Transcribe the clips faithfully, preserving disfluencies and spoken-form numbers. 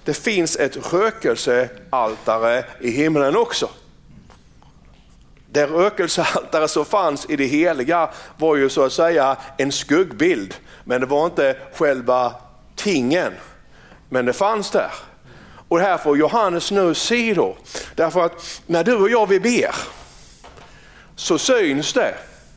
det finns ett rökelsealtare i himlen också. Det rökelsealtare som fanns i det heliga var ju så att säga en skuggbild. Men det var inte själva tingen. Men det fanns där. Och det här får Johannes nu se då. Därför att när du och jag vi ber så syns det.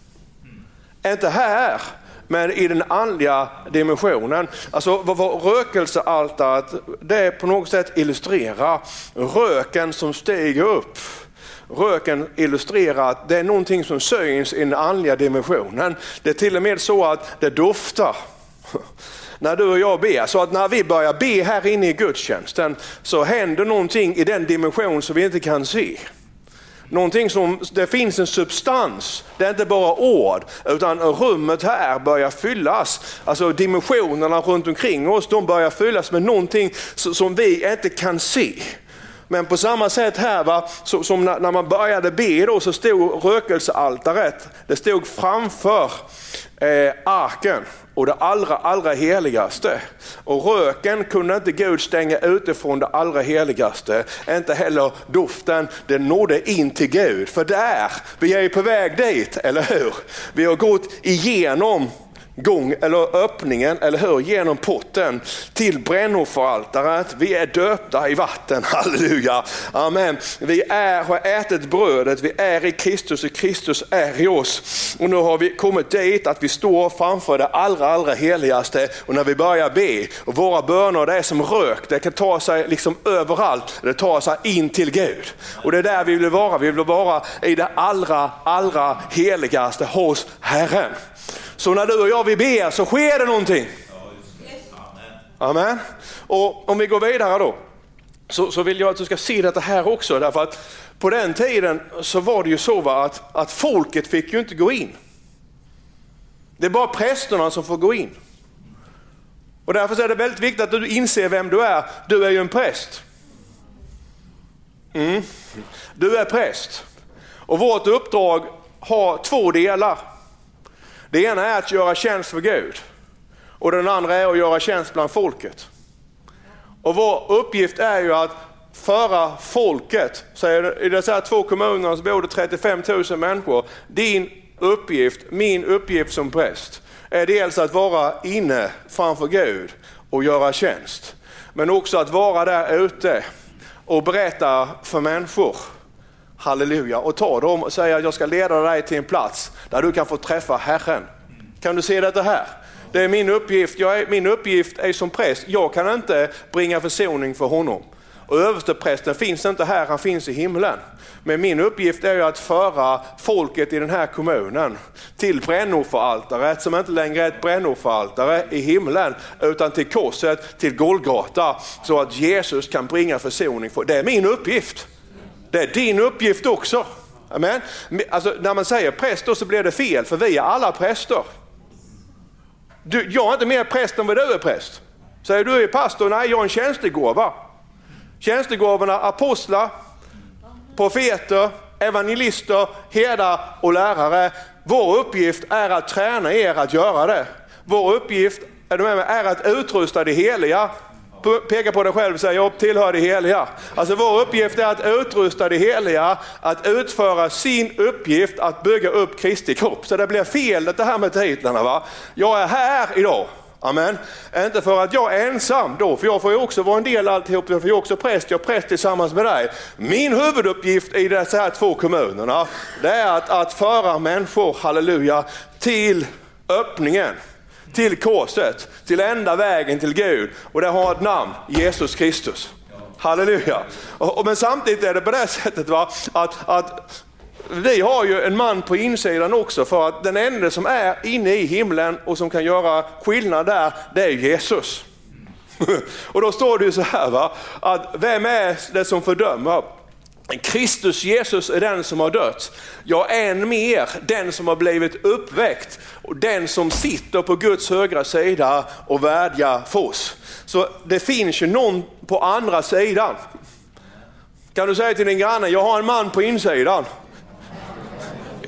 Inte här, men i den andliga dimensionen. Alltså vad, vad rökelsealtaret, det på något sätt illustrerar röken som stiger upp. Röken illustrerar att det är någonting som syns i den andliga dimensionen. Det är till och med så att det doftar. När du och jag ber, så att när vi börjar be här inne i gudstjänsten så händer någonting i den dimension som vi inte kan se. Någonting som, det finns en substans, det är inte bara ord, utan rummet här börjar fyllas. Alltså dimensionerna runt omkring oss, de börjar fyllas med någonting som vi inte kan se. Men på samma sätt här, va, så, som när, när man började be då, så stod rökelsealtaret, det stod framför eh, arken och det allra, allra heligaste. Och röken kunde inte Gud stänga utifrån det allra heligaste. Inte heller doften, den nådde in till Gud. För där, vi är ju på väg dit, eller hur? Vi har gått igenom gång eller öppningen, eller hur, genom porten till brännofferaltaret. Vi är döpta i vatten, halleluja, amen. Vi är, har ätit brödet, vi är i Kristus och Kristus är i oss. Och nu har vi kommit dit att vi står framför det allra, allra heligaste. Och när vi börjar be, och våra böner, det är som rök, det kan ta sig liksom överallt, det tar sig in till Gud. Och det är där vi vill vara, vi vill vara i det allra, allra heligaste hos Herren. Så när du och jag vill be så sker det någonting. Amen. Och om vi går vidare då, så, så vill jag att du ska se detta här också. Därför att på den tiden så var det ju så, va, att, att folket fick ju inte gå in. Det är bara prästerna som får gå in. Och därför är det väldigt viktigt att du inser vem du är. Du är ju en präst. Mm. Du är präst. Och vårt uppdrag har två delar. Det ena är att göra tjänst för Gud. Och den andra är att göra tjänst bland folket. Och vår uppgift är ju att föra folket. Så i dessa två kommuner så bor det trettiofem tusen människor. Din uppgift, min uppgift som präst, är dels att vara inne framför Gud och göra tjänst. Men också att vara där ute och berätta för människor. Halleluja. Och ta dem och säga att jag ska leda dig till en plats där du kan få träffa Herren. Kan du se detta här? Det är min uppgift. Jag är, min uppgift är som präst. Jag kan inte bringa försoning för honom. Och översteprästen finns inte här, han finns i himlen. Men min uppgift är ju att föra folket i den här kommunen till brännofferaltaret, som inte längre är ett brännofferaltare i himlen, utan till korset, till Golgata, så att Jesus kan bringa försoning för. Det är min uppgift. Det är din uppgift också. Amen. Alltså, när man säger präst då så blir det fel, för vi är alla präster. Du, jag är inte mer präst än vad du är präst. Säger du är pastor? Nej, jag är en tjänstegåva. Tjänstegåvorna, apostlar, profeter, evangelister, herdar och lärare. Vår uppgift är att träna er att göra det. Vår uppgift är, du med mig, är att utrusta det heliga. Peka på dig själv och säga jag tillhör det heliga. Alltså vår uppgift är att utrusta det heliga, att utföra sin uppgift att bygga upp Kristi kropp. Så det blir fel det här med titlarna, va? Jag är här idag. Amen. Inte för att jag är ensam då, för jag får ju också vara en del alltihop, för jag är också präst, jag är präst tillsammans med dig. Min huvuduppgift i dessa här två kommunerna, det är att, att föra människor, halleluja, till öppningen. Till korset, till enda vägen till Gud. Och det har ett namn, Jesus Kristus. Halleluja. Och, och, men samtidigt är det på det sättet, va, att, att vi har ju en man på insidan också, för att den enda som är inne i himlen och som kan göra skillnad där, det är Jesus. Och då står det ju så här, va, att vem är det som fördömer? Kristus Jesus är den som har dött. Ja, än mer den som har blivit uppväckt och den som sitter på Guds högra sida och vädjar för oss. Så det finns ju någon på andra sidan. Kan du säga till din granne, jag har en man på insidan.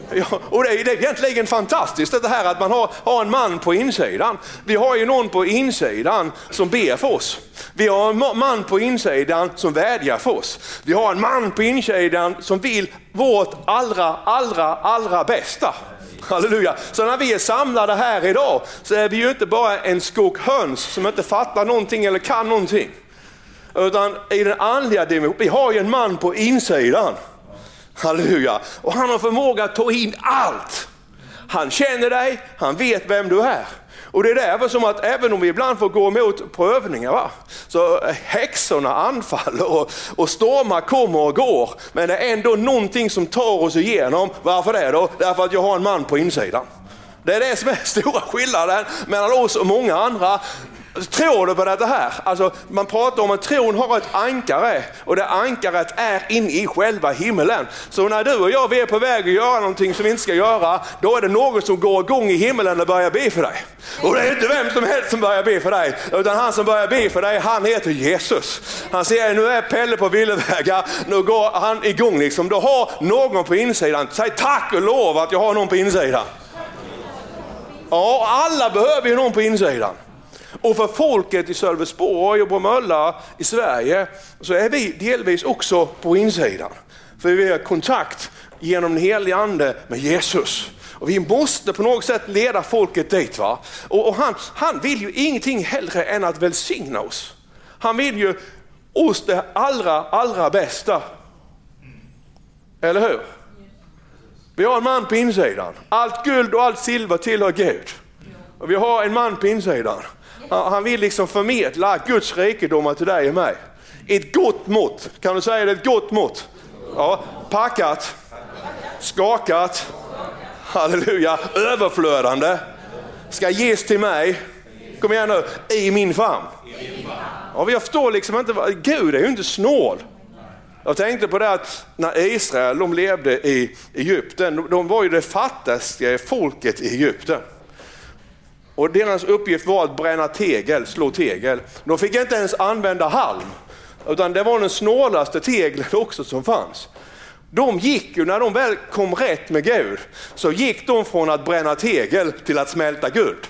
Ja, och det är, det är egentligen fantastiskt det här att man har, har en man på insidan. Vi har ju någon på insidan som ber för oss. Vi har en man på insidan som vädjar för oss. Vi har en man på insidan som vill vårt allra, allra, allra bästa. Halleluja. Så när vi är samlade här idag så är vi ju inte bara en skock höns som inte fattar någonting eller kan någonting. Utan i den andliga dimensionen, vi har ju en man på insidan. Halleluja. Och han har förmåga att ta in allt. Han känner dig, han vet vem du är. Och det är därför som att även om vi ibland får gå emot prövningar, va? Så häxorna anfaller och, och stormar kommer och går. Men det är ändå någonting som tar oss igenom. Varför det då? Därför att jag har en man på insidan. Det är det som är stora skillnaden mellan oss och många andra. Tror du på det här? Alltså, man pratar om att tron har ett ankare och det ankaret är in i själva himmelen. Så när du och jag är på väg att göra någonting som vi inte ska göra, då är det något som går igång i himmelen och börjar be för dig. Och det är inte vem som helst som börjar be för dig, utan han som börjar be för dig, han heter Jesus. Han säger, nu är Pelle på villovägar, nu går han igång liksom. Du har någon på insidan. Säg tack och lov att jag har någon på insidan. Ja, alla behöver ju någon på insidan. Och för folket i Sölvesborg och Bromölla i Sverige så är vi delvis också på insidan. För vi har kontakt genom den helige ande med Jesus. Och vi måste på något sätt leda folket dit, va? Och, och han, han vill ju ingenting hellre än att välsigna oss. Han vill ju oss det allra, allra bästa. Eller hur? Vi har en man på insidan. Allt guld och allt silver tillhör Gud. Och vi har en man på insidan. Han vill liksom förmedla Guds rikedomar till dig och mig. Ett gott mått. Kan du säga det? Ett gott mått. Ja, packat. Skakat. Halleluja. Överflödande. Ska ges till mig. Kom igen nu. I min famn. Ja, jag förstår liksom inte. Gud är ju inte snål. Jag tänkte på det att när Israel de levde i Egypten. De var ju det fattigaste folket i Egypten. Och deras uppgift var att bränna tegel, slå tegel. De fick inte ens använda halm. Utan det var den snålaste teglen också som fanns. De gick ju, när de väl kom rätt med Gud, så gick de från att bränna tegel till att smälta guld.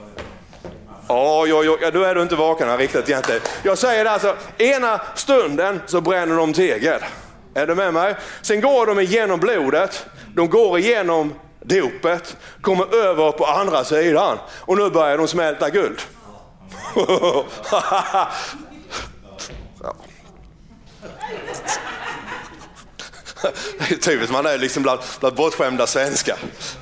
Ja, ja, ja, då är du inte vaken här riktigt egentligen. Jag säger det alltså, ena stunden så bränner de tegel. Är du med mig? Sen går de igenom blodet, de går igenom dopet, kommer över på andra sidan och nu börjar de smälta guld. Ja. Det är typiskt, man är liksom bland, bland bortskämda svenskar.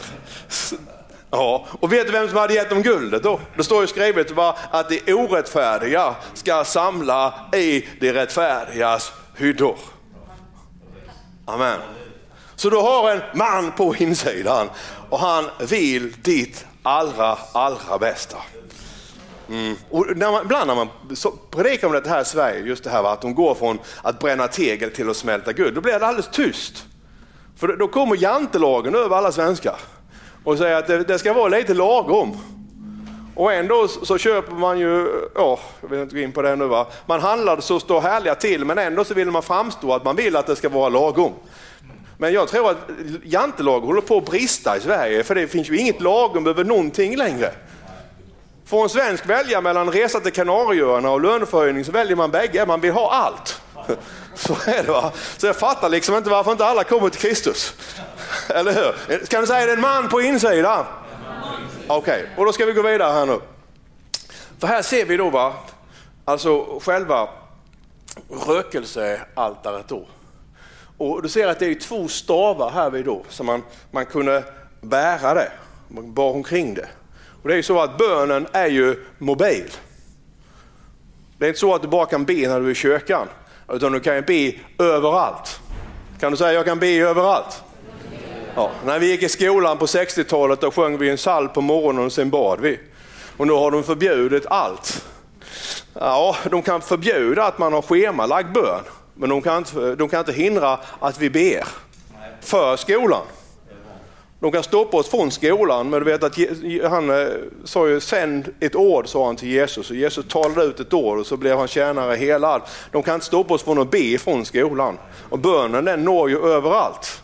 Ja, och vet du vem som hade gett dem guldet då? Det står ju skrivet va, att de orättfärdiga ska samla i de rättfärdigas hyddor. Amen. Så du har en man på insidan och han vill ditt allra, allra bästa. Mm. Och när man, ibland när man predikar om det här i Sverige, just det här va, att de går från att bränna tegel till att smälta guld, då blir det alldeles tyst. För då kommer jantelagen över alla svenskar och säger att det, det ska vara lite lagom. Och ändå så köper man ju, ja, jag vill inte gå in på det nu va, man handlar så står härliga till, men ändå så vill man framstå att man vill att det ska vara lagom. Men jag tror att jantelag håller på att brista i Sverige, för det finns ju inget lagom över någonting längre. Får en svensk välja mellan resa till Kanarieöarna och löneförhöjning så väljer man bägge, man vill ha allt. Så är det va. Så jag fattar liksom inte varför inte alla kommer till Kristus. Eller hur? Kan du säga det är en man på insidan? Okej, okay. Och då ska vi gå vidare här nu. För här ser vi då va, alltså själva rökelsealtaret då. Och du ser att det är två stavar här vid då, så man, man kunde bära det, man bar omkring det. Och det är ju så att bönen är ju mobil. Det är inte så att du bara kan be när du är i kyrkan, utan du kan ju be överallt. Kan du säga jag kan be överallt? Ja, när vi gick i skolan på sextiotalet då sjöng vi en psalm på morgonen och sen bad vi. Och nu har de förbjudit allt. Ja, de kan förbjuda att man har schemalagd bön. Men de kan, inte, de kan inte hindra att vi ber för skolan. De kan stoppa oss från skolan, men du vet att han sa ju sänd ett ord, sa han till Jesus. Och Jesus talade ut ett ord och så blev han tjänare helad. De kan inte stoppa oss från att be från skolan. Och bönen den når ju överallt.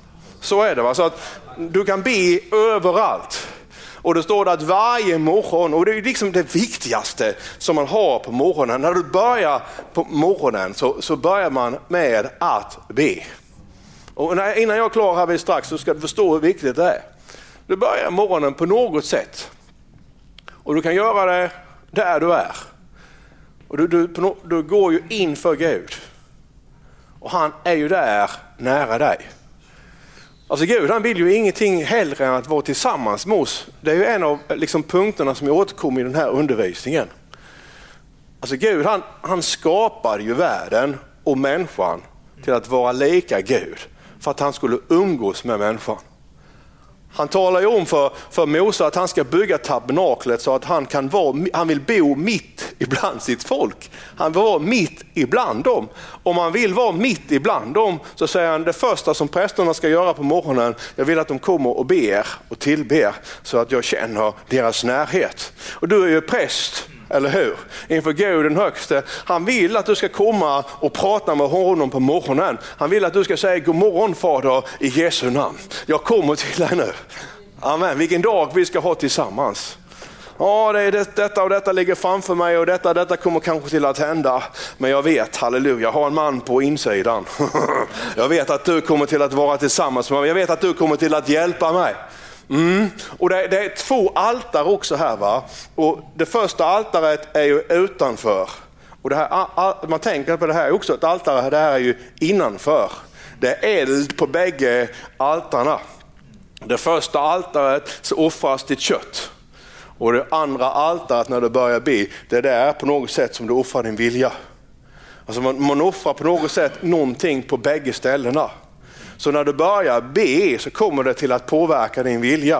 Så är det, va? Så att du kan be överallt. Och det står att varje morgon, och det är liksom det viktigaste som man har på morgonen. När du börjar på morgonen så, så börjar man med att be. Och när, innan jag är klar här vid strax så ska du förstå hur viktigt det är. Du börjar morgonen på något sätt. Och du kan göra det där du är. Och du, du, du går ju in för Gud. Och han är ju där nära dig. Alltså Gud, han vill ju ingenting hellre än att vara tillsammans med oss. Det är ju en av liksom, punkterna som jag återkommer i den här undervisningen. Alltså Gud, han, han skapade ju världen och människan till att vara lika Gud. För att han skulle umgås med människan. Han talar ju om för, för Mose att han ska bygga tabernaklet så att han kan vara, han vill bo mitt ibland sitt folk. Han vill vara mitt ibland dem. Om han vill vara mitt ibland dem så säger han det första som prästerna ska göra på morgonen. Jag vill att de kommer och ber och tillber så att jag känner deras närhet. Och du är ju präst. Eller hur? Inför Gud den högste. Han vill att du ska komma och prata med honom på morgonen. Han vill att du ska säga god morgon Fader i Jesu namn. Jag kommer till dig nu. Amen. Vilken dag vi ska ha tillsammans. Ja, det är det, detta och detta ligger framför mig och detta detta kommer kanske till att hända. Men jag vet, halleluja, jag har en man på insidan. Jag vet att du kommer till att vara tillsammans med mig. Jag vet att du kommer till att hjälpa mig. Mm. Och det, det är två altare också här, va? Och det första altaret är ju utanför. Och det här, all, man tänker på det här också, ett altare det här är ju innanför. Det är eld på bägge altarna. Det första altaret så offras ditt kött. Och det andra altaret när du börjar be, det är där på något sätt som du offrar din vilja. Alltså man, man offrar på något sätt någonting på bägge ställena. Så när du börjar be så kommer det till att påverka din vilja.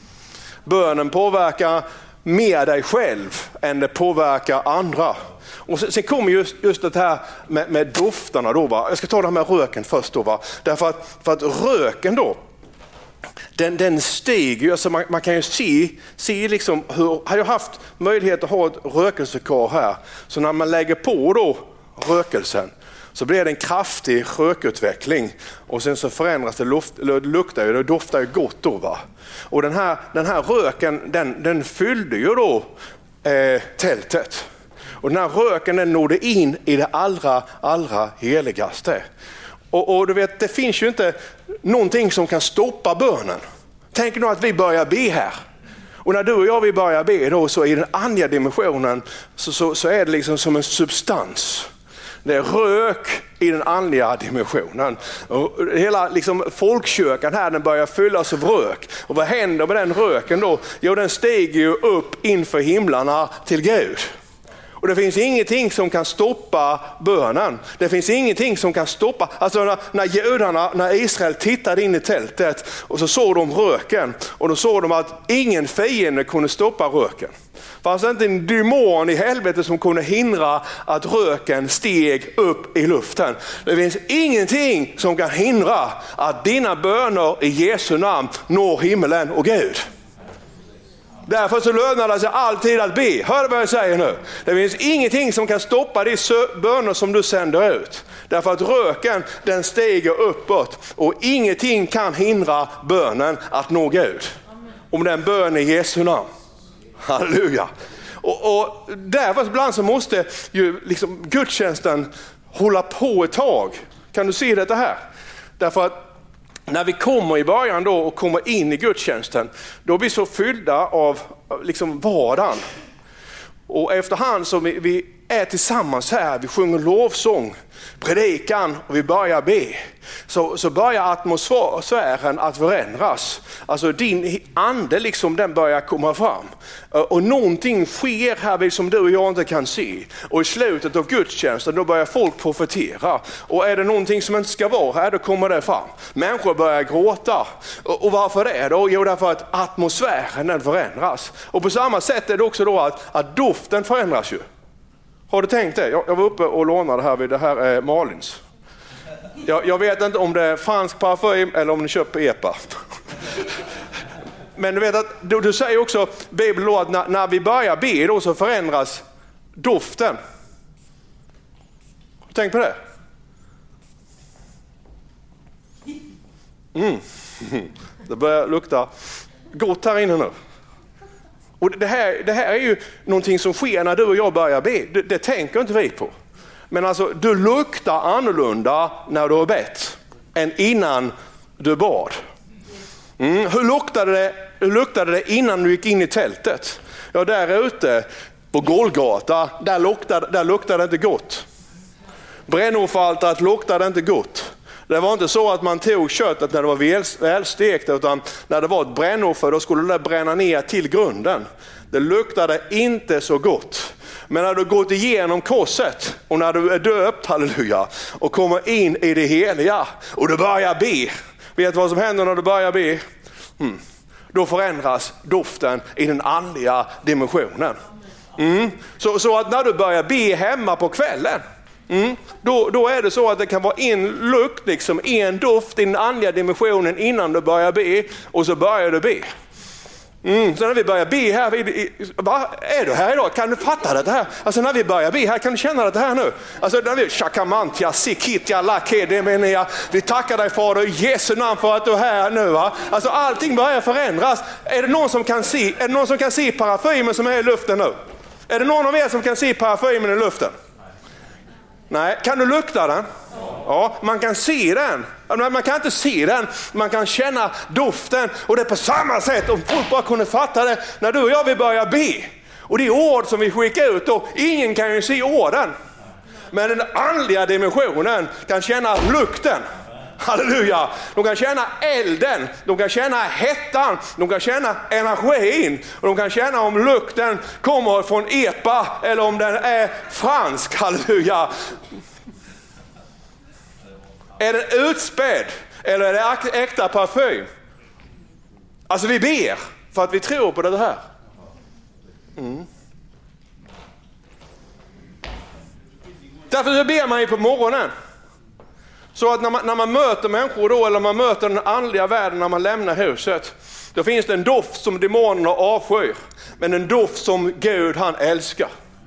Bönen påverkar mer dig själv än det påverkar andra. Och sen, sen kommer just, just det här med, med dofterna då, va? Jag ska ta det här med röken först då, va? Därför att, för att röken då, den, den stiger. Alltså man, man kan ju se, se liksom hur, har jag haft möjlighet att ha ett rökelsekar här. Så när man lägger på då rökelsen så blir det en kraftig rökutveckling och sen så förändras det, luft, det luktar ju, det doftar ju gott då, va. Och den här, den här röken den, den fyllde ju då eh, tältet. Och den här röken den nådde in i det allra, allra heligaste. Och, och du vet, det finns ju inte någonting som kan stoppa bönen. Tänk nu att vi börjar be här. Och när du och jag vi börjar be då så i den andra dimensionen så, så, så är det liksom som en substans. Det är rök i den andliga dimensionen. Och hela liksom, folkkyrkan här den börjar fyllas av rök. Och vad händer med den röken då? Jo, den stiger ju upp inför himlarna till Gud. Och det finns ingenting som kan stoppa bönen. Det finns ingenting som kan stoppa. Alltså när, när judarna, när Israel tittade in i tältet och så såg de röken. Och då såg de att ingen fiende kunde stoppa röken. Det fanns inte en demon i helvetet som kunde hindra att röken steg upp i luften. Det finns ingenting som kan hindra att dina böner i Jesu namn når himmelen och Gud. Därför så lönar det sig alltid att be. Hör vad jag säger nu. Det finns ingenting som kan stoppa de böner som du sänder ut. Därför att röken den stiger uppåt. Och ingenting kan hindra bönen att nå Gud. Om den bön i Jesu namn. Halleluja. Och, och därför ibland så måste ju liksom gudstjänsten hålla på ett tag. Kan du se detta här? Därför att när vi kommer i början då och kommer in i gudstjänsten, då blir vi så fyllda av liksom vardagen. Och efterhand som vi, vi är tillsammans här, vi sjunger lovsång, predikan och vi börjar be, så, så börjar atmosfären att förändras. Alltså din ande liksom den börjar komma fram. Och någonting sker här som du och jag inte kan se. Och i slutet av gudstjänsten då börjar folk profetera. Och är det någonting som inte ska vara här, då kommer det fram. Människor börjar gråta. Och, och varför det då? Jo, därför att atmosfären den förändras. Och på samma sätt är det också då att, att doften förändras ju. Har du tänkt det? Jag, jag var uppe och lånade här vid det här är Malins. Jag, jag vet inte om det är fransk parfym eller om ni köper E P A. Men du vet att du, du säger också Bibeln då att när, när vi börjar be då så förändras doften. Tänk på det. Mm. Det börjar lukta gott här inne nu. Och det här, det här är ju någonting som sker när du och jag börjar be. Det, det tänker inte vi på. Men alltså, du luktar annorlunda när du har bett än innan du bad. Mm. Hur, luktade det, hur luktade det innan du gick in i tältet? Ja, där ute på Golgata, där luktade, där luktade det inte gott. Brännofferaltaret luktade inte gott. Det var inte så att man tog köttet när det var väl, välstekt, utan när det var ett brännoffer då skulle det bränna ner till grunden. Det luktade inte så gott. Men när du gått igenom korset och när du är döpt, halleluja, och kommer in i det heliga och du börjar be. Vet vad som händer när du börjar be? Mm. Då förändras doften i den andliga dimensionen. Mm. Så, så att när du börjar be hemma på kvällen, Mm. Då, då är det så att det kan vara en lukt, liksom en doft i den andliga dimensionen innan du börjar be, och så börjar du be. Mm. Så när vi börjar be här, vad är du här idag? Kan du fatta det här? Alltså när vi börjar be här, kan du känna det här nu? Alltså när vi shakamantia, sikitja, lake, det menar jag. Vi tackar dig Fader i Jesu namn för att du är här nu, va? Alltså allting börjar förändras. Är det någon som kan se, är det någon som kan se parfymen som är i luften nu? Är det någon av er som kan se parfymen i luften? Nej, kan du lukta den? Ja, man kan se den. Man kan inte se den, man kan känna doften. Och det är på samma sätt, om folk bara kunde fatta det, när du och jag vill börja be. Och det är ord som vi skickar ut, och ingen kan ju se orden. Men den andliga dimensionen kan känna lukten. Halleluja! De kan känna elden, de kan känna hettan, de kan känna energin, och de kan känna om lukten kommer från epa eller om den är fransk. Halleluja! Är den utspädd eller är det äkta parfym? Alltså vi ber för att vi tror på det här. Mm. Därför så ber man ju på morgonen. Så att när man, när man möter människor då, eller man möter den andliga världen när man lämnar huset, då finns det en doft som demonerna avskyr, men en doft som Gud han älskar.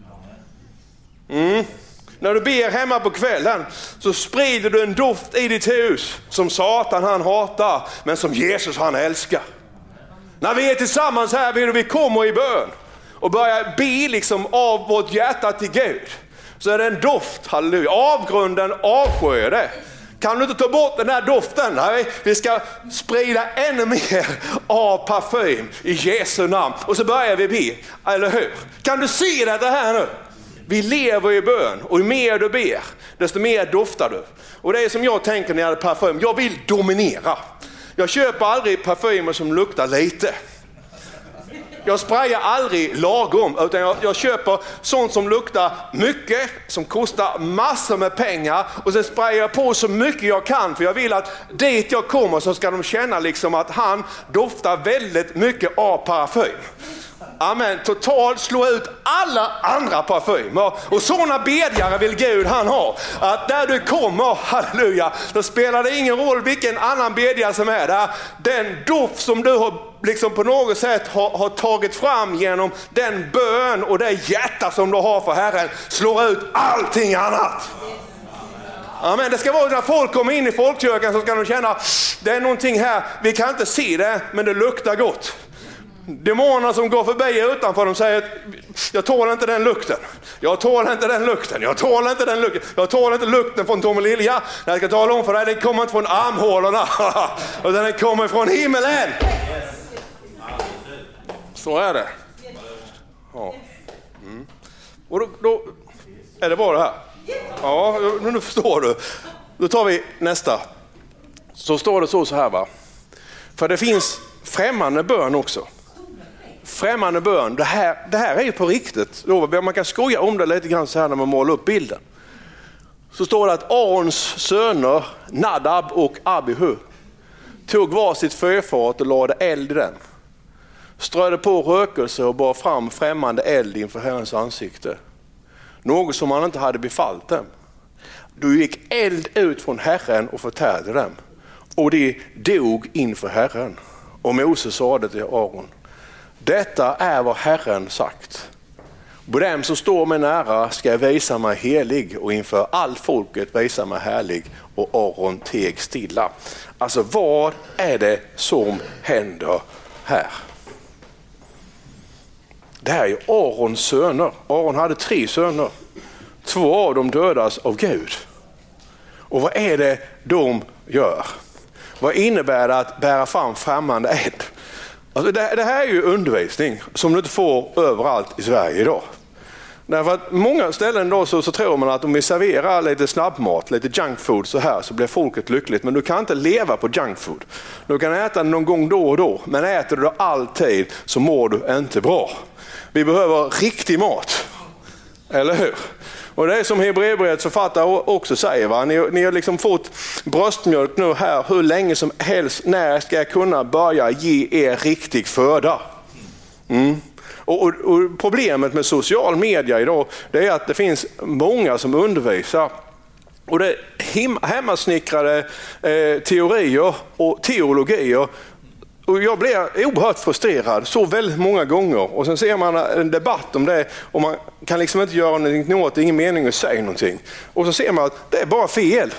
Mm. När du ber hemma på kvällen så sprider du en doft i ditt hus som Satan han hatar, men som Jesus han älskar. När vi är tillsammans här, vi kommer i bön och börjar be liksom av vårt hjärta till Gud, så är det en doft, halleluja. Avgrunden avskyr det. Kan du inte ta bort den här doften? Nej, vi ska sprida ännu mer av parfym i Jesu namn. Och så börjar vi be, eller hur? Kan du se det här nu? Vi lever i bön, och ju mer du ber, desto mer doftar du. Och det är som jag tänker när jag har parfym. Jag vill dominera. Jag köper aldrig parfymer som luktar lite. Jag sprayar aldrig lagom, utan jag, jag köper sånt som luktar mycket, som kostar massor med pengar, och sen sprayar jag på så mycket jag kan, för jag vill att dit jag kommer så ska de känna liksom att han doftar väldigt mycket av parfym. Amen, totalt slå ut alla andra parfymer. Och sådana bedjare vill Gud han ha. Att där du kommer, halleluja, då spelar det ingen roll vilken annan bedjare som är där. Den doft som du har liksom på något sätt har, har tagit fram genom den bön och det hjärta som du har för Herren slår ut allting annat. Amen. Det ska vara när folk kommer in i folkkyrkan så ska de känna, det är någonting här, vi kan inte se det, men det luktar gott. Demonerna som går förbi utanför, de säger, jag tål inte den lukten. Jag tål inte den lukten. Jag tål inte den lukten. Jag tål inte lukten från Tomelilja. Jag ska tala om för dig, den kommer inte från armhålorna. Utan den kommer från himmelen. Så är det. Ja. Mm. Och då, då är det bara det här. Ja, nu förstår du. Då tar vi nästa. Så står det så, så här, va. För det finns främmande bön också. Främmande bön, det här, det här är ju på riktigt. Man kan skoja om det lite grann så här när man målar upp bilden. Så står det att Arons söner Nadab och Abihu tog var sitt förfat och lade eld i den. Strödde på rökelse och bar fram främmande eld inför Herrens ansikte. Något som han inte hade befallt dem. Då gick eld ut från Herren och förtärde dem. Och de dog inför Herren. Och Moses sade till Aron, detta är vad Herren sagt. På dem som står mig nära ska jag visa mig helig och inför all folket visa mig härlig. Och Aron teg stilla. Alltså vad är det som händer här? Det här är ju Arons söner. Aron hade tre söner. Två av dem dödas av Gud. Och vad är det de gör? Vad innebär det att bära fram främmande eld? Alltså det, det här är ju undervisning som du inte får överallt i Sverige idag. Därför att många ställen då så, så tror man att om vi serverar lite snabbmat, lite junkfood så här så blir folket lyckligt. Men du kan inte leva på junkfood. Du kan äta någon gång då och då, men äter du alltid så mår du inte bra. Vi behöver riktig mat, eller hur? Och det är som Hebreerbrevets författare också säger. Va? Ni, ni har liksom fått bröstmjölk nu här hur länge som helst. När ska jag kunna börja ge er riktig föda? Mm. Och, och, och problemet med social media idag det är att det finns många som undervisar. Och det är hem, hemmasnickrade eh, teorier och teologier. Och jag blir oerhört frustrerad så väldigt många gånger. Och sen ser man en debatt om det och man kan liksom inte göra någonting åt det. Ingen mening att säga någonting. Och så ser man att det är bara fel.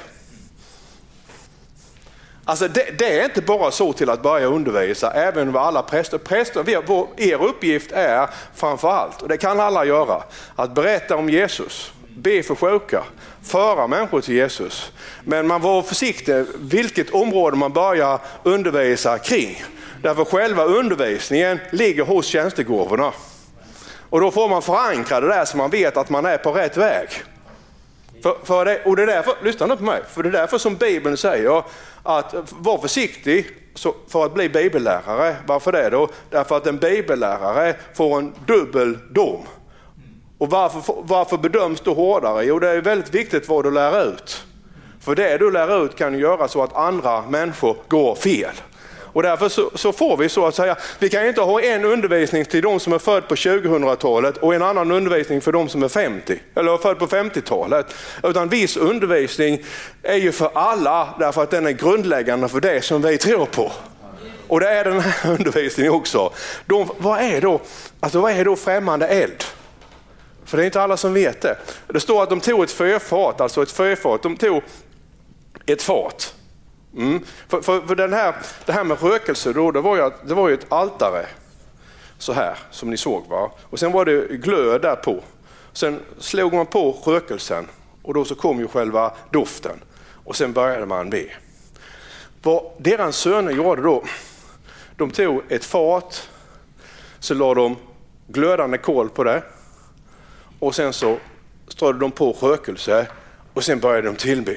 Alltså det, det är inte bara så till att börja undervisa. Även vad alla präster. Präster, vi, vår, er uppgift är framför allt, och det kan alla göra, att berätta om Jesus. Be för sjuka. Föra människor till Jesus. Men man var försiktig vilket område man börjar undervisa kring. Därför själva undervisningen ligger hos tjänstegåvorna. Och då får man förankra det där så man vet att man är på rätt väg. För, för det, och det är därför, lyssna nu på mig, för det är därför som Bibeln säger att var försiktig för att bli bibellärare. Varför det då? Därför att en bibellärare får en dubbel dom. Och varför, varför bedöms du hårdare? Jo, det är väldigt viktigt vad du lär ut. För det du lär ut kan göra så att andra människor går fel. Och därför så, så får vi så att säga, vi kan inte ha en undervisning till de som är född på tjugohundratalet och en annan undervisning för de som är femtio eller född på femtiotalet. Utan viss undervisning är ju för alla därför att den är grundläggande för det som vi tror på. Och det är den här undervisningen också. De, vad, är då, alltså vad är då främmande eld? För det är inte alla som vet det. Det står att de tog ett förfat, alltså ett förfat. De tog ett fat. Mm. För, för, för den här, det här med rökelse då, det var ju, det var ju ett altare så här som ni såg, va? Och sen var det glöd där på. Sen slog man på rökelsen och då så kom ju själva doften. Och sen började man be. Vad deras söner gjorde då, de tog ett fat, så la de glödande kol på det. Och sen så strödde de på rökelse och sen började de tillbe.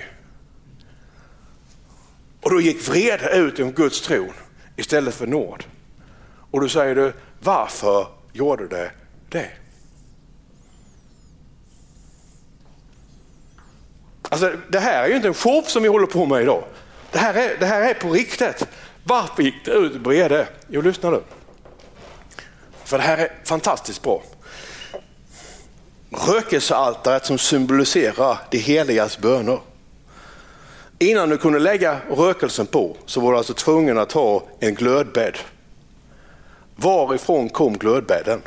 Och då gick vrede ut om Guds tron istället för nåd. Och då säger du, varför gjorde det det? Alltså det här är ju inte en show som vi håller på med idag. Det här är, det här är på riktigt. Varför gick det ut vrede? Jo, lyssna nu. För det här är fantastiskt bra. Rökelsealtaret som symboliserar det heligas böner. Innan du kunde lägga rökelsen på så var du alltså tvungen att ha en glödbädd. Varifrån kom glödbädden?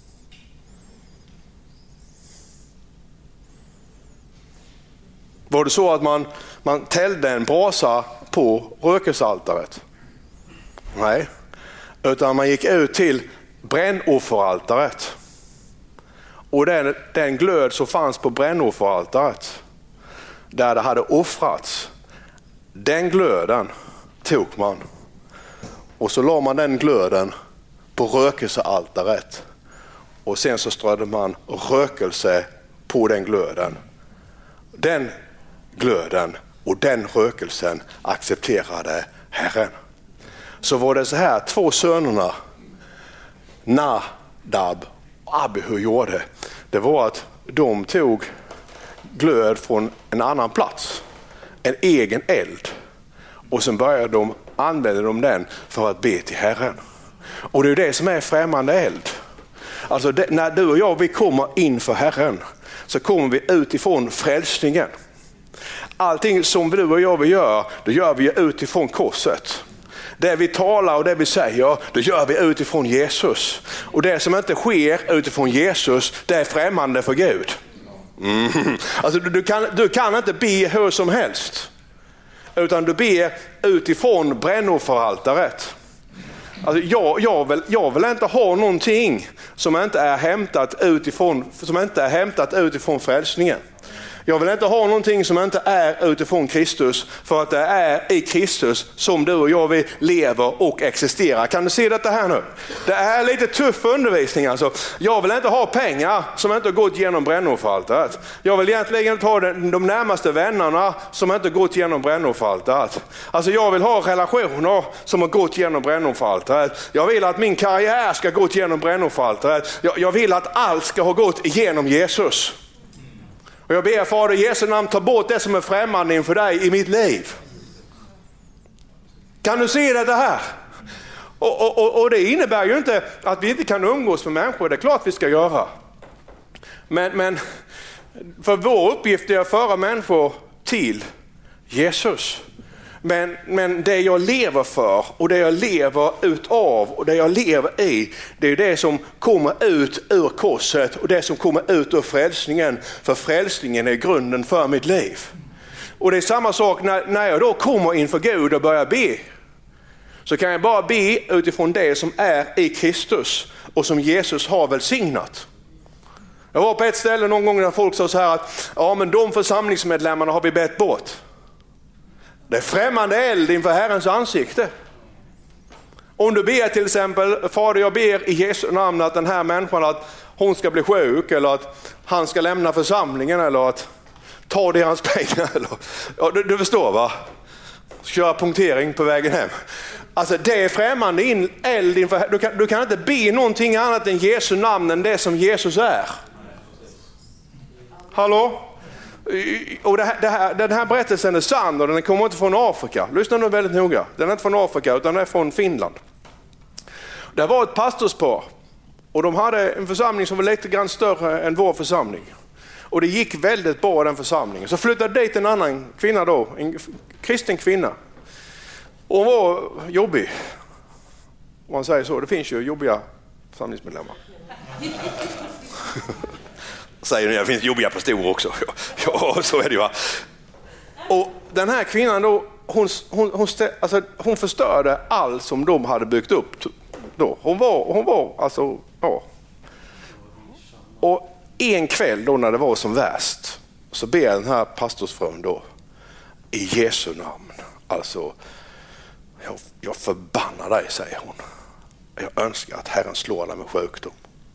Var det så att man, man tällde en brasa på rökelsealtaret? Nej, utan man gick ut till brännofferaltaret. Och den, den glöd som fanns på brännofferaltaret, där det hade offrats, den glöden tog man. Och så la man den glöden på rökelsealtaret. Och sen så strödde man rökelse på den glöden. Den glöden och den rökelsen accepterade Herren. Så var det så här, två sönerna, Nadab och Abihu gjorde. Det var att de tog glöd från en annan plats, en egen eld, och sen började de använda de den för att be till Herren. Och det är det som är främmande eld. Alltså det, när du och jag vi kommer in för Herren så kommer vi utifrån frälsningen. Allting som du och jag vill göra, det gör vi utifrån korset. Det vi talar och det vi säger, det gör vi utifrån Jesus. Och det som inte sker utifrån Jesus, det är främmande för Gud. Mm. Alltså du kan, du kan inte be hur som helst. Utan du ber utifrån brännofferaltaret. Alltså jag, jag, vill, jag vill inte ha någonting som inte är hämtat utifrån, som inte är hämtat utifrån frälsningen. Jag vill inte ha någonting som inte är utifrån Kristus, för att det är i Kristus som du och jag vi lever och existerar. Kan du se detta här nu? Det är lite tuff undervisning alltså. Jag vill inte ha pengar som inte har gått genom brännofferaltaret. Jag vill egentligen inte ha de närmaste vännerna som inte har gått genom brännofferaltaret. Alltså jag vill ha relationer som har gått genom brännofferaltaret. Jag vill att min karriär ska gå genom brännofferaltaret. Jag, jag vill att allt ska ha gått igenom Jesus. Och jag ber Fader i Jesu namn, ta bort det som är främmande inför dig i mitt liv. Kan du se det här? Och, och, och, och det innebär ju inte att vi inte kan umgås med människor, det är klart vi ska göra. Men, men för vår uppgift är att föra människor till Jesus. Men, men det jag lever för och det jag lever utav och det jag lever i, det är det som kommer ut ur korset och det som kommer ut ur frälsningen. För frälsningen är grunden för mitt liv. Och det är samma sak när, när jag då kommer inför Gud och börjar be. Så kan jag bara be utifrån det som är i Kristus och som Jesus har välsignat. Jag var på ett ställe någon gång när folk sa så här att ja, men de församlingsmedlemmarna har vi bett bort. Det är främmande eld inför Herrens ansikte. Om du ber till exempel, Fader jag ber i Jesu namn att den här människan att hon ska bli sjuk eller att han ska lämna församlingen eller att ta deras pengar. Eller, ja, du, du förstår va? Köra punktering på vägen hem. Alltså det är främmande in, eld inför, du kan, du kan inte be någonting annat än Jesu namn än det som Jesus är. Hallå? Och det här, det här, den här berättelsen är sann och den kommer inte från Afrika. Lyssna nu väldigt noga. Den är inte från Afrika utan den är från Finland. Det var ett pastorspar och de hade en församling som var lite grann större än vår församling. Och det gick väldigt bra i den församlingen. Så flyttade dit en annan kvinna då, en kristen kvinna. Och hon var jobbig. Om man säger så, det finns ju jobbiga församlingsmedlemmar. Säger ni, det finns jobbiga pastorer också. Ja, så är det ju. Och den här kvinnan då, hon, hon, hon, alltså, hon förstörde allt som de hade byggt upp då. Hon var, hon var alltså, ja. Och en kväll då när det var som värst så ber den här pastorsfrun då i Jesu namn. Alltså, jag, jag förbannar dig, säger hon. Jag önskar att Herren slår dig med sjukdom.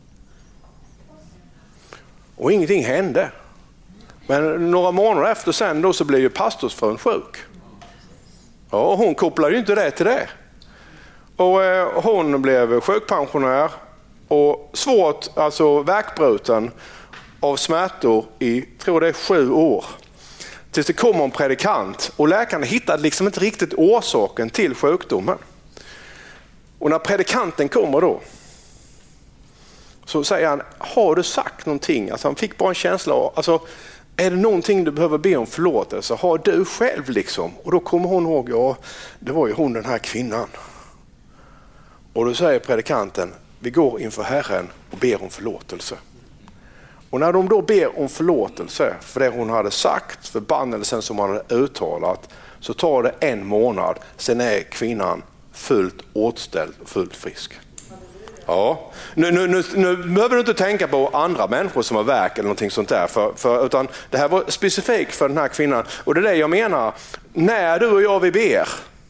Och ingenting hände. Men några månader efter sen då så blev ju pastorsfrun sjuk. Ja, och hon kopplade ju inte det till det. Och eh, hon blev sjukpensionär och svårt, alltså värkbruten av smärtor i, tror det är sju år. Tills det kommer en predikant och läkarna hittade liksom inte riktigt orsaken till sjukdomen. Och när predikanten kommer då så säger han, har du sagt någonting? Alltså han fick bara en känsla av, alltså, är det någonting du behöver be om förlåtelse? Har du själv liksom? Och då kommer hon ihåg, ja det var ju hon den här kvinnan. Och då säger predikanten, vi går inför Herren och ber om förlåtelse. Och när de då ber om förlåtelse för det hon hade sagt, förbannelsen som hon hade uttalat, så tar det en månad, sen är kvinnan fullt återställd och fullt frisk. Ja, nu, nu, nu, nu behöver du inte tänka på andra människor som har verk eller någonting sånt där. För, för, utan det här var specifikt för den här kvinnan. Och det är det jag menar. När du och jag vi ber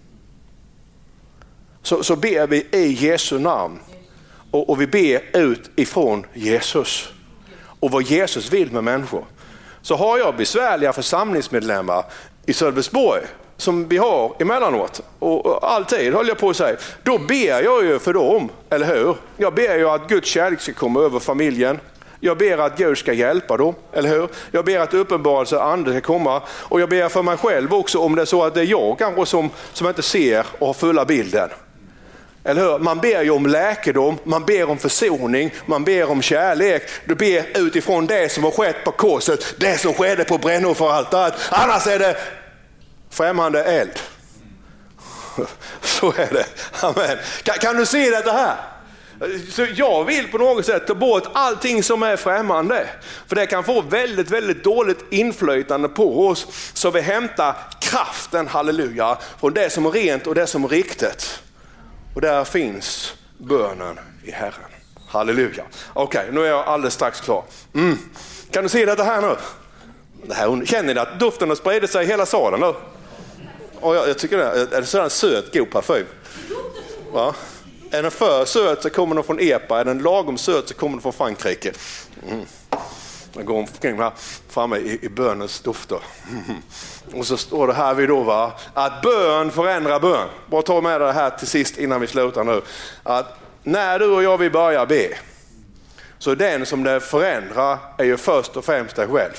så, så ber vi i Jesu namn. Och, och vi ber ut ifrån Jesus. Och vad Jesus vill med människor. Så har jag besvärliga församlingsmedlemmar i Sölvesborg som vi har emellanåt och alltid håller jag på att säga, då ber jag ju för dem, eller hur? Jag ber ju att Guds kärlek ska komma över familjen. Jag ber att Gud ska hjälpa dem, eller hur? Jag ber att uppenbarelse anden ska komma och jag ber för mig själv också om det är så att det är jag kanske som, som inte ser och har fulla bilden. Eller hur? Man ber ju om läkedom, man ber om försoning, man ber om kärlek. Du ber utifrån det som har skett på korset, det som skedde på brännofferaltaret. Annars är det främmande eld. Så är det. Amen. Kan, kan du se detta här? Så jag vill på något sätt ta bort allting som är främmande. För det kan få väldigt, väldigt dåligt inflytande på oss. Så vi hämtar kraften, halleluja, från det som är rent och det som är riktigt. Och där finns bönen i Herren. Halleluja. Okej, okay, nu är jag alldeles strax klar. Mm. Kan du se detta här nu? Det här, känner ni att doften har spridit sig i hela salen nu? Och jag, jag tycker det är, är det sådan söt, god parfym. Va? Är den för söt så kommer den från Epa. Är den lagom söt så kommer den från Frankrike. Mm. Jag går omkring här framme i, i bönens dofter. Mm. Och så står det här vid då, va? Att bön förändrar bön. Bara ta med det här till sist innan vi slutar nu. Att när du och jag vill börja be, så den som det förändrar är ju först och främst dig själv.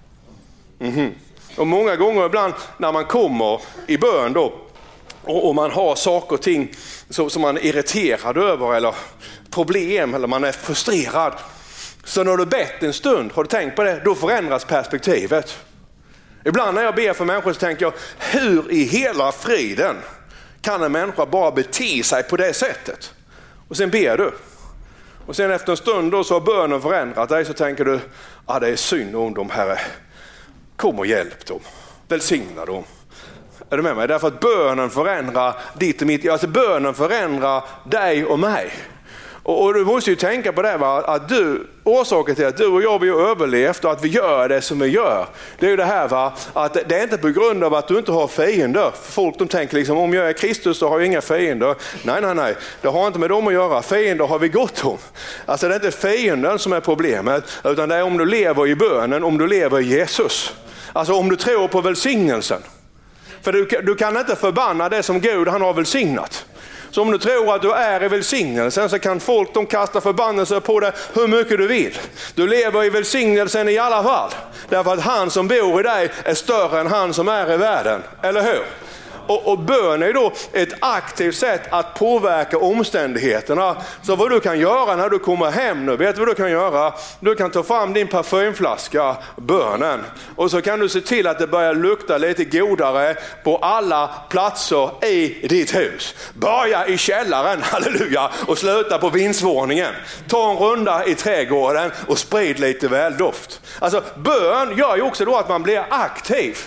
Mm. Och många gånger ibland när man kommer i bön då, och, och man har saker och ting som, som man är irriterad över eller problem eller man är frustrerad. Så när du bett en stund, har du tänkt på det, då förändras perspektivet. Ibland när jag ber för människor så tänker jag, hur i hela friden kan en människa bara bete sig på det sättet? Och sen ber du. Och sen efter en stund då så har bönen förändrat dig, så tänker du, ah, det är synd om dem, Herre. Kom och hjälp dem. Välsigna dem. Är du med mig? Därför att bönen förändrar ditt och mitt. Alltså bönen förändrar dig och mig. Och, och du måste ju tänka på det, va? Att du, orsaken till att du och jag vi har överlevt och att vi gör det som vi gör. Det är ju det här, va? Att det är inte på grund av att du inte har fiender. Folk de tänker liksom, om jag är Kristus så har jag inga fiender. Nej, nej, nej. Det har inte med dem att göra. Fiender har vi gott om. Alltså det är inte fienden som är problemet. Utan det är om du lever i bönen, om du lever i Jesus. Alltså om du tror på välsignelsen. För du, du kan inte förbanna det som Gud han har välsignat. Så om du tror att du är i välsignelsen så kan folk de kasta förbannelser på dig hur mycket du vill. Du lever i välsignelsen i alla fall. Därför att han som bor i dig är större än han som är i världen. Eller hur? Och, och bön är då ett aktivt sätt att påverka omständigheterna. Så vad du kan göra när du kommer hem nu, vet du vad du kan göra? Du kan ta fram din parfymflaska, bönen. Och så kan du se till att det börjar lukta lite godare på alla platser i ditt hus. Börja i källaren, halleluja, och sluta på vindsvåningen. Ta en runda i trädgården och sprid lite väldoft. Alltså bön gör ju också då att man blir aktiv.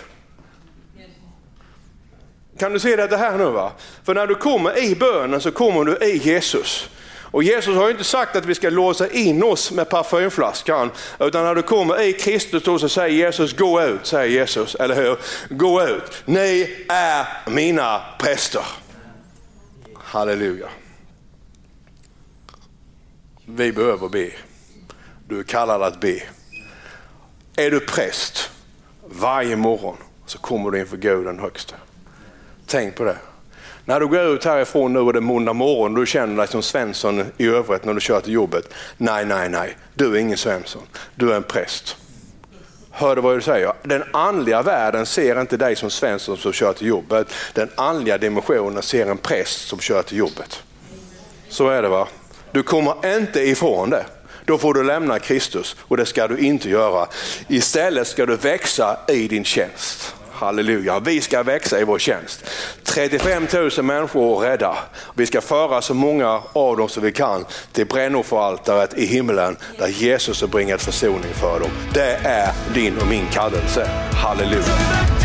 Kan du se det här nu, va? För när du kommer i bönen så kommer du i Jesus. Och Jesus har ju inte sagt att vi ska låsa in oss med parfymflaskan. Utan när du kommer i Kristus så säger Jesus, gå ut, säger Jesus, eller hur? Gå ut. Ni är mina präster. Halleluja. Vi behöver be. Du är kallad att be. Är du präst varje morgon så kommer du inför Gud den högsta. Tänk på det. När du går ut härifrån nu och det är måndag morgon och du känner dig som Svensson i övrigt när du kör till jobbet. Nej, nej, nej. Du är ingen Svensson. Du är en präst. Hör du vad jag säger? Den andliga världen ser inte dig som Svensson som kör till jobbet. Den andliga dimensionen ser en präst som kör till jobbet. Så är det, va? Du kommer inte ifrån det. Då får du lämna Kristus och det ska du inte göra. Istället ska du växa i din tjänst. Halleluja, vi ska växa i vår tjänst. trettiofem tusen människor är rädda. Vi ska föra så många av dem som vi kan till brännofferaltaret i himlen där Jesus har bringat försoning för dem. Det är din och min kallelse. Halleluja.